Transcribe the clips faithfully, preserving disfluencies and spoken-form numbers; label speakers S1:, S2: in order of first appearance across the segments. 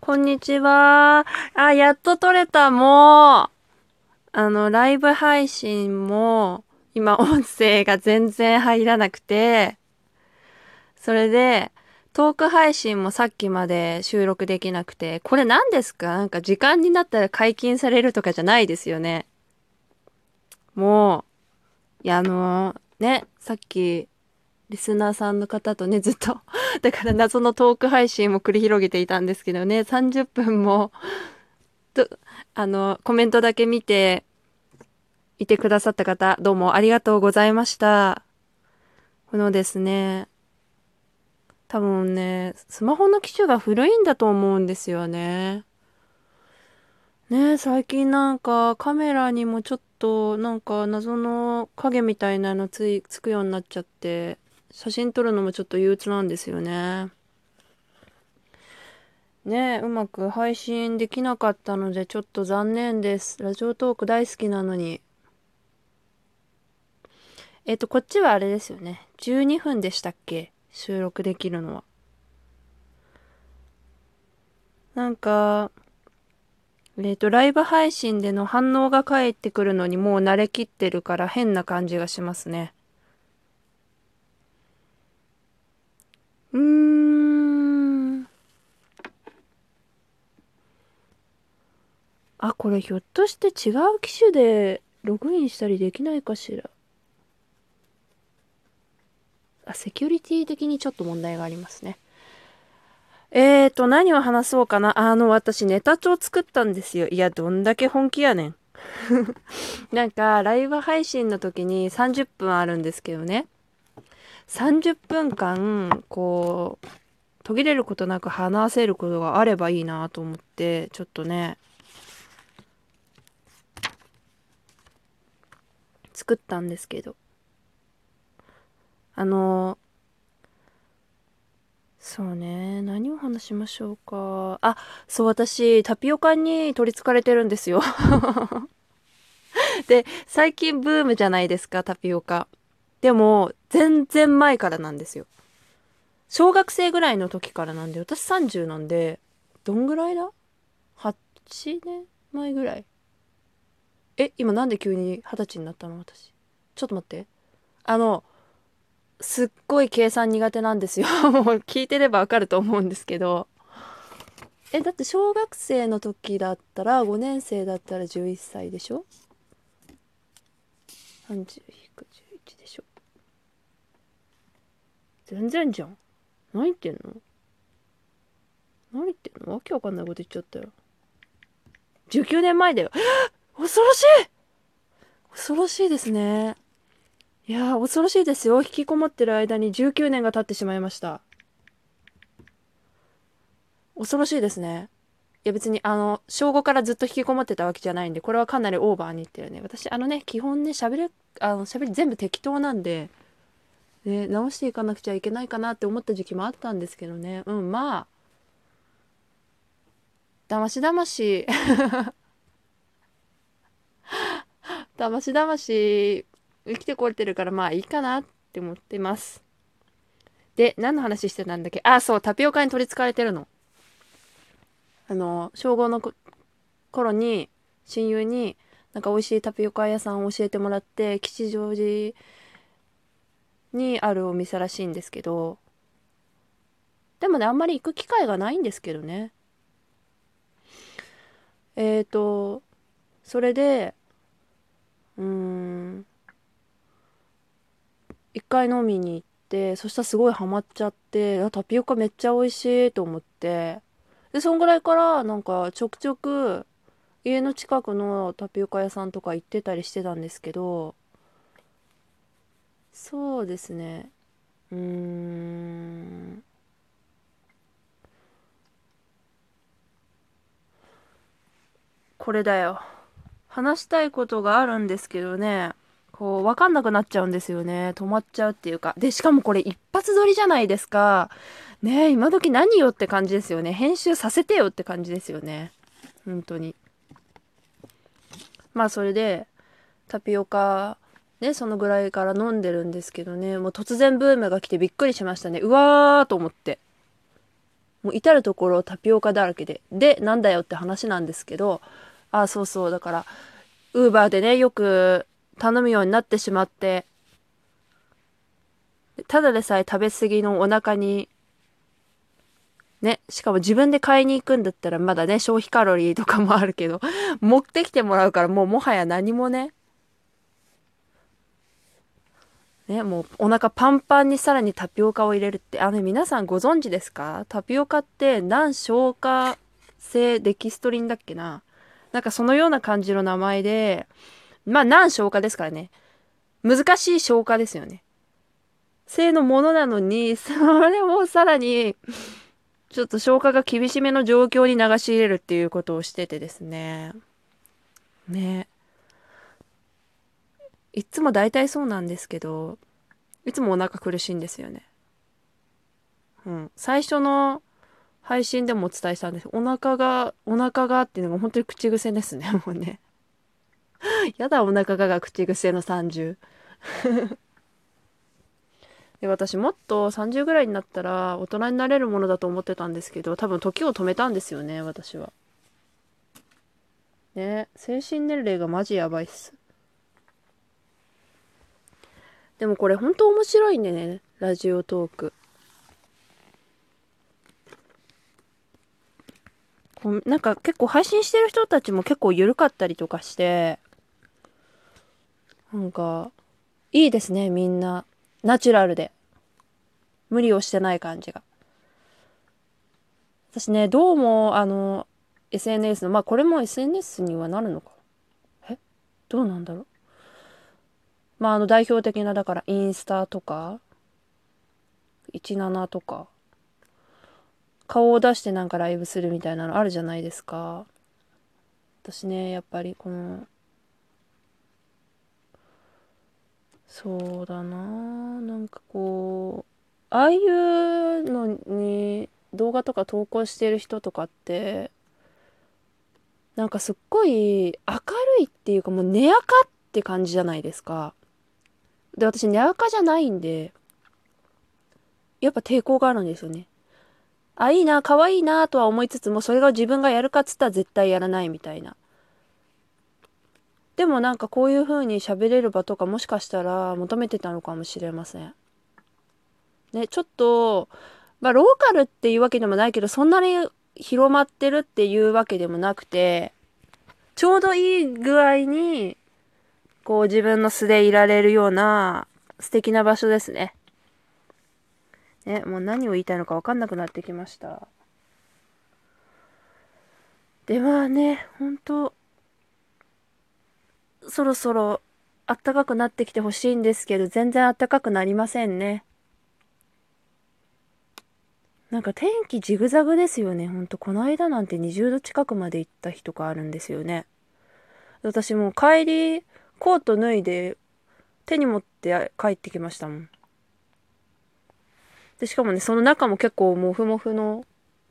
S1: こんにちは。あ、やっと撮れた。もう、あの、ライブ配信も、今、音声が全然入らなくて、それで、トーク配信もさっきまで収録できなくて、これ何ですか？なんか時間になったら解禁されるとかじゃないですよね。もう、いや、あのね、さっき、リスナーさんの方とね、ずっとだから謎のトーク配信も繰り広げていたんですけどね、さんじゅっぷんも、と、あの、コメントだけ見ていてくださった方、どうもありがとうございました。このですね、多分ね、スマホの機種が古いんだと思うんですよね。ね、最近なんかカメラにもちょっとなんか謎の影みたいなのつい、つくようになっちゃって、写真撮るのもちょっと憂鬱なんですよね。ね、うまく配信できなかったのでちょっと残念です。ラジオトーク大好きなのに。えっと、こっちはあれですよね。じゅうにふんでしたっけ？収録できるのは。なんか、えっと、ライブ配信での反応が返ってくるのにもう慣れきってるから変な感じがしますね。うーん。あ、これひょっとして違う機種でログインしたりできないかしら。あ、セキュリティ的にちょっと問題がありますね。えーと、何を話そうかな。あの、私ネタ帳作ったんですよ。いや、どんだけ本気やねん。なんか、ライブ配信の時にさんじゅっぷんあるんですけどね。さんじゅっぷんかん、こう、途切れることなく話せることがあればいいなと思って、ちょっとね、作ったんですけど。あの、そうね、何を話しましょうか。あ、そう、私、タピオカに取り憑かれてるんですよ。で、最近ブームじゃないですか、タピオカ。でも、全然前からなんですよ。小学生ぐらいの時からなんで、私さんじゅうなんで、どんぐらいだ？ はち 年前ぐらい。え、今なんで急にはたちになったの私。ちょっと待って。あの、すっごい計算苦手なんですよ。もう聞いてればわかると思うんですけど。え、だって小学生の時だったら、ごねん生だったらじゅういっさいでしょ？ さんじゅう 引くじゅういちでしょ？全然じゃん。何言ってんの？何言ってんの？わけわかんないこと言っちゃったよ。じゅうきゅうねんまえだよ。恐ろしい！恐ろしいですね。いやー、恐ろしいですよ。引きこもってる間にじゅうきゅうねんが経ってしまいました。恐ろしいですね。いや別に、あの、小ごからずっと引きこもってたわけじゃないんで、これはかなりオーバーに言ってるね。私、あのね、基本ね、喋る、あの、喋り全部適当なんで、ね、直していかなくちゃいけないかなって思った時期もあったんですけどね。うん、まあ、だましだまし、だましだまし、生きてこれてるからまあいいかなって思ってます。で、何の話してたんだっけ？あ、そう、タピオカに取り憑かれてるの。あの、小ごの頃に、親友に、なんか美味しいタピオカ屋さんを教えてもらって、吉祥寺にあるお店らしいんですけど、でもね、あんまり行く機会がないんですけどね。えーと、それで、うーん、一回飲みに行って、そしたらすごいハマっちゃって、あ、タピオカめっちゃ美味しいと思って、で、そんぐらいからなんかちょくちょく家の近くのタピオカ屋さんとか行ってたりしてたんですけど、そうですね。うーん。これだよ。話したいことがあるんですけどね、こう、わかんなくなっちゃうんですよね。止まっちゃうっていうか。で、しかもこれ一発撮りじゃないですか。ねえ、今時何よって感じですよね。編集させてよって感じですよね。本当に。まあ、それで、タピオカ、ね、そのぐらいから飲んでるんですけどね、もう突然ブームが来てびっくりしましたね。うわーと思って。 もう至るところタピオカだらけで。で、なんだよって話なんですけど、あ、そうそう、だから、ウーバーでね、よく頼むようになってしまって、ただでさえ食べ過ぎのお腹に、ね、しかも自分で買いに行くんだったらまだね、消費カロリーとかもあるけど、持ってきてもらうからもうもはや何もね、ね、もうお腹パンパンにさらにタピオカを入れるって、あの皆さんご存知ですか？タピオカって難消化性デキストリンだっけな、なんかそのような感じの名前で、まあ難消化ですからね。難しい消化ですよね。性のものなのに、それをさらに、ちょっと消化が厳しめの状況に流し入れるっていうことをしててですね。ね。いつも大体そうなんですけど、いつもお腹苦しいんですよね。うん。最初の配信でもお伝えしたんです。お腹が、お腹がっていうのが本当に口癖ですね、もうね。やだ、お腹がが口癖のさんじゅう。で、私もっとさんじゅうぐらいになったら大人になれるものだと思ってたんですけど、多分時を止めたんですよね、私は。ね、精神年齢がマジやばいっす。でもこれ本当面白いんでね、ラジオトーク。こうなんか結構配信してる人たちも結構緩かったりとかして、なんか、いいですね、みんな。ナチュラルで。無理をしてない感じが。私ね、どうも、あの、エスエヌエス の、まあこれも エスエヌエス にはなるのか。えどうなんだろう。まああの代表的な、だからインスタとか、じゅうななとか、顔を出してなんかライブするみたいなのあるじゃないですか。私ね、やっぱりこの、そうだな、なんかこう、ああいうのに動画とか投稿してる人とかって、なんかすっごい明るいっていうかもう根垢って感じじゃないですか。で、私根垢じゃないんで、やっぱ抵抗があるんですよね。あ、いいな、可愛いなとは思いつつも、それが自分がやるかっつったら絶対やらないみたいな。でもなんかこういう風に喋れる場とかもしかしたら求めてたのかもしれません。ね、ちょっと、まあローカルっていうわけでもないけど、そんなに広まってるっていうわけでもなくて、ちょうどいい具合に、こう自分の素でいられるような素敵な場所ですね。ね、もう何を言いたいのか分かんなくなってきました。で、まあね、ほんと、そろそろ暖かくなってきてほしいんですけど、全然暖かくなりませんね。なんか天気ジグザグですよね。ほんと、この間なんてにじゅうど近くまで行った日とかあるんですよね。私もう帰り、コート脱いで手に持って帰ってきましたもん。で、しかもね、その中も結構モフモフの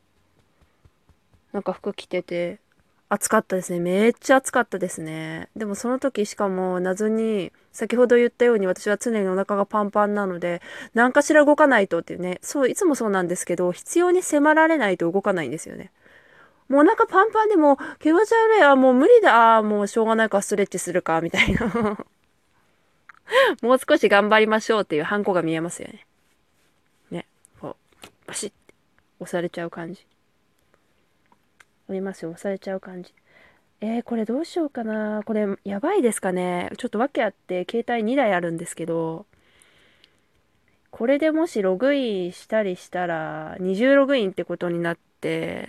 S1: なんか服着てて、暑かったですね。めっちゃ暑かったですね。でもその時しかも謎に、先ほど言ったように私は常にお腹がパンパンなので、何かしら動かないとっていうね、そう、いつもそうなんですけど、必要に迫られないと動かないんですよね。もうお腹パンパンでも気持ち悪い、あ、もう無理だ、あ、もうしょうがないからストレッチするか、みたいな。もう少し頑張りましょうっていうハンコが見えますよね。ね。こう、バシッて押されちゃう感じ。見ますよ、押されちゃう感じ。えー、これどうしようかな。これ、やばいですかね。ちょっと訳あって、携帯にだいあるんですけど、これでもしログインしたりしたら、二重ログインってことになって、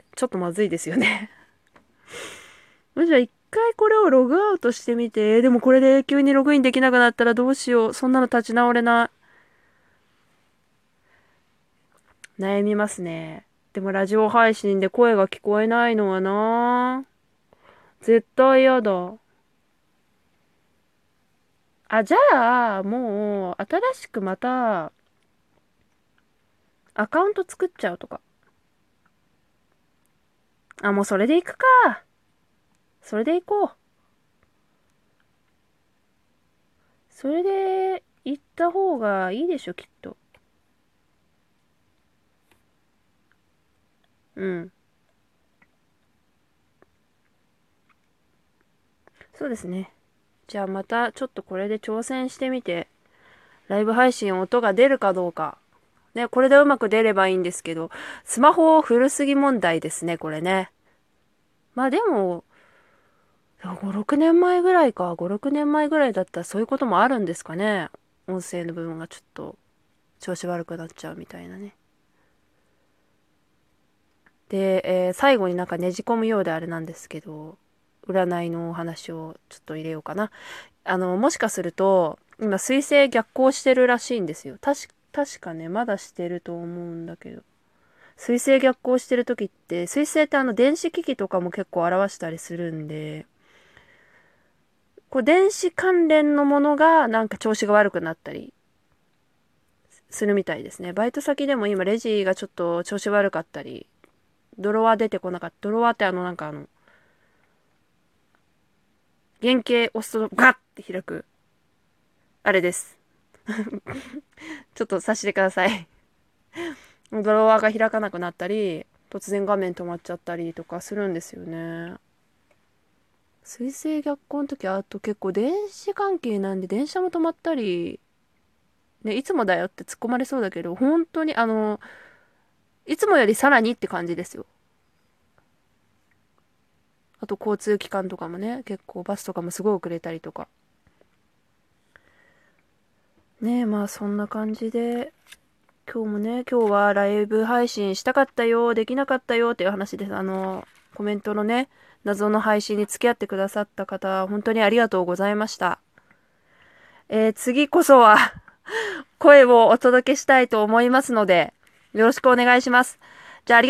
S1: ちょっとまずいですよね。もし一回これをログアウトしてみて、でもこれで急にログインできなくなったらどうしよう。そんなの立ち直れない。悩みますね。でもラジオ配信で声が聞こえないのはな、絶対嫌だ。あ、じゃあ、もう、新しくまた、アカウント作っちゃうとか。あ、もうそれで行くか。それで行こう。それで行った方がいいでしょ、きっと。 うん。そうですね。じゃあまたちょっとこれで挑戦してみて、ライブ配信音が出るかどうか。ね、これでうまく出ればいいんですけど、スマホ古すぎ問題ですね、これね。まあでも、ご、ろくねんまえぐらいか。ご、ろくねんまえぐらいだったらそういうこともあるんですかね。音声の部分がちょっと調子悪くなっちゃうみたいなね。で、えー最後になんかねじ込むようであれなんですけど、占いのお話をちょっと入れようかな。あの、もしかすると、今、水星逆行してるらしいんですよ。確か、確かね、まだしてると思うんだけど。水星逆行してる時って、水星ってあの電子機器とかも結構表したりするんで、こう電子関連のものがなんか調子が悪くなったりするみたいですね。バイト先でも今レジがちょっと調子悪かったり、ドロワー出てこなかった。ドロワーってあのなんかあの、原型押すとガッて開く。あれです。ちょっとさせてください。ドロワーが開かなくなったり、突然画面止まっちゃったりとかするんですよね。水星逆行の時、あと結構電子関係なんで電車も止まったり、ね、いつもだよって突っ込まれそうだけど、本当にあの、いつもよりさらにって感じですよ。あと交通機関とかもね、結構バスとかもすごい遅れたりとか。ねえ、まあそんな感じで、今日もね、今日はライブ配信したかったよ、できなかったよっていう話です。あの、コメントのね、謎の配信に付き合ってくださった方、本当にありがとうございました。えー、次こそは声をお届けしたいと思いますので、よろしくお願いします。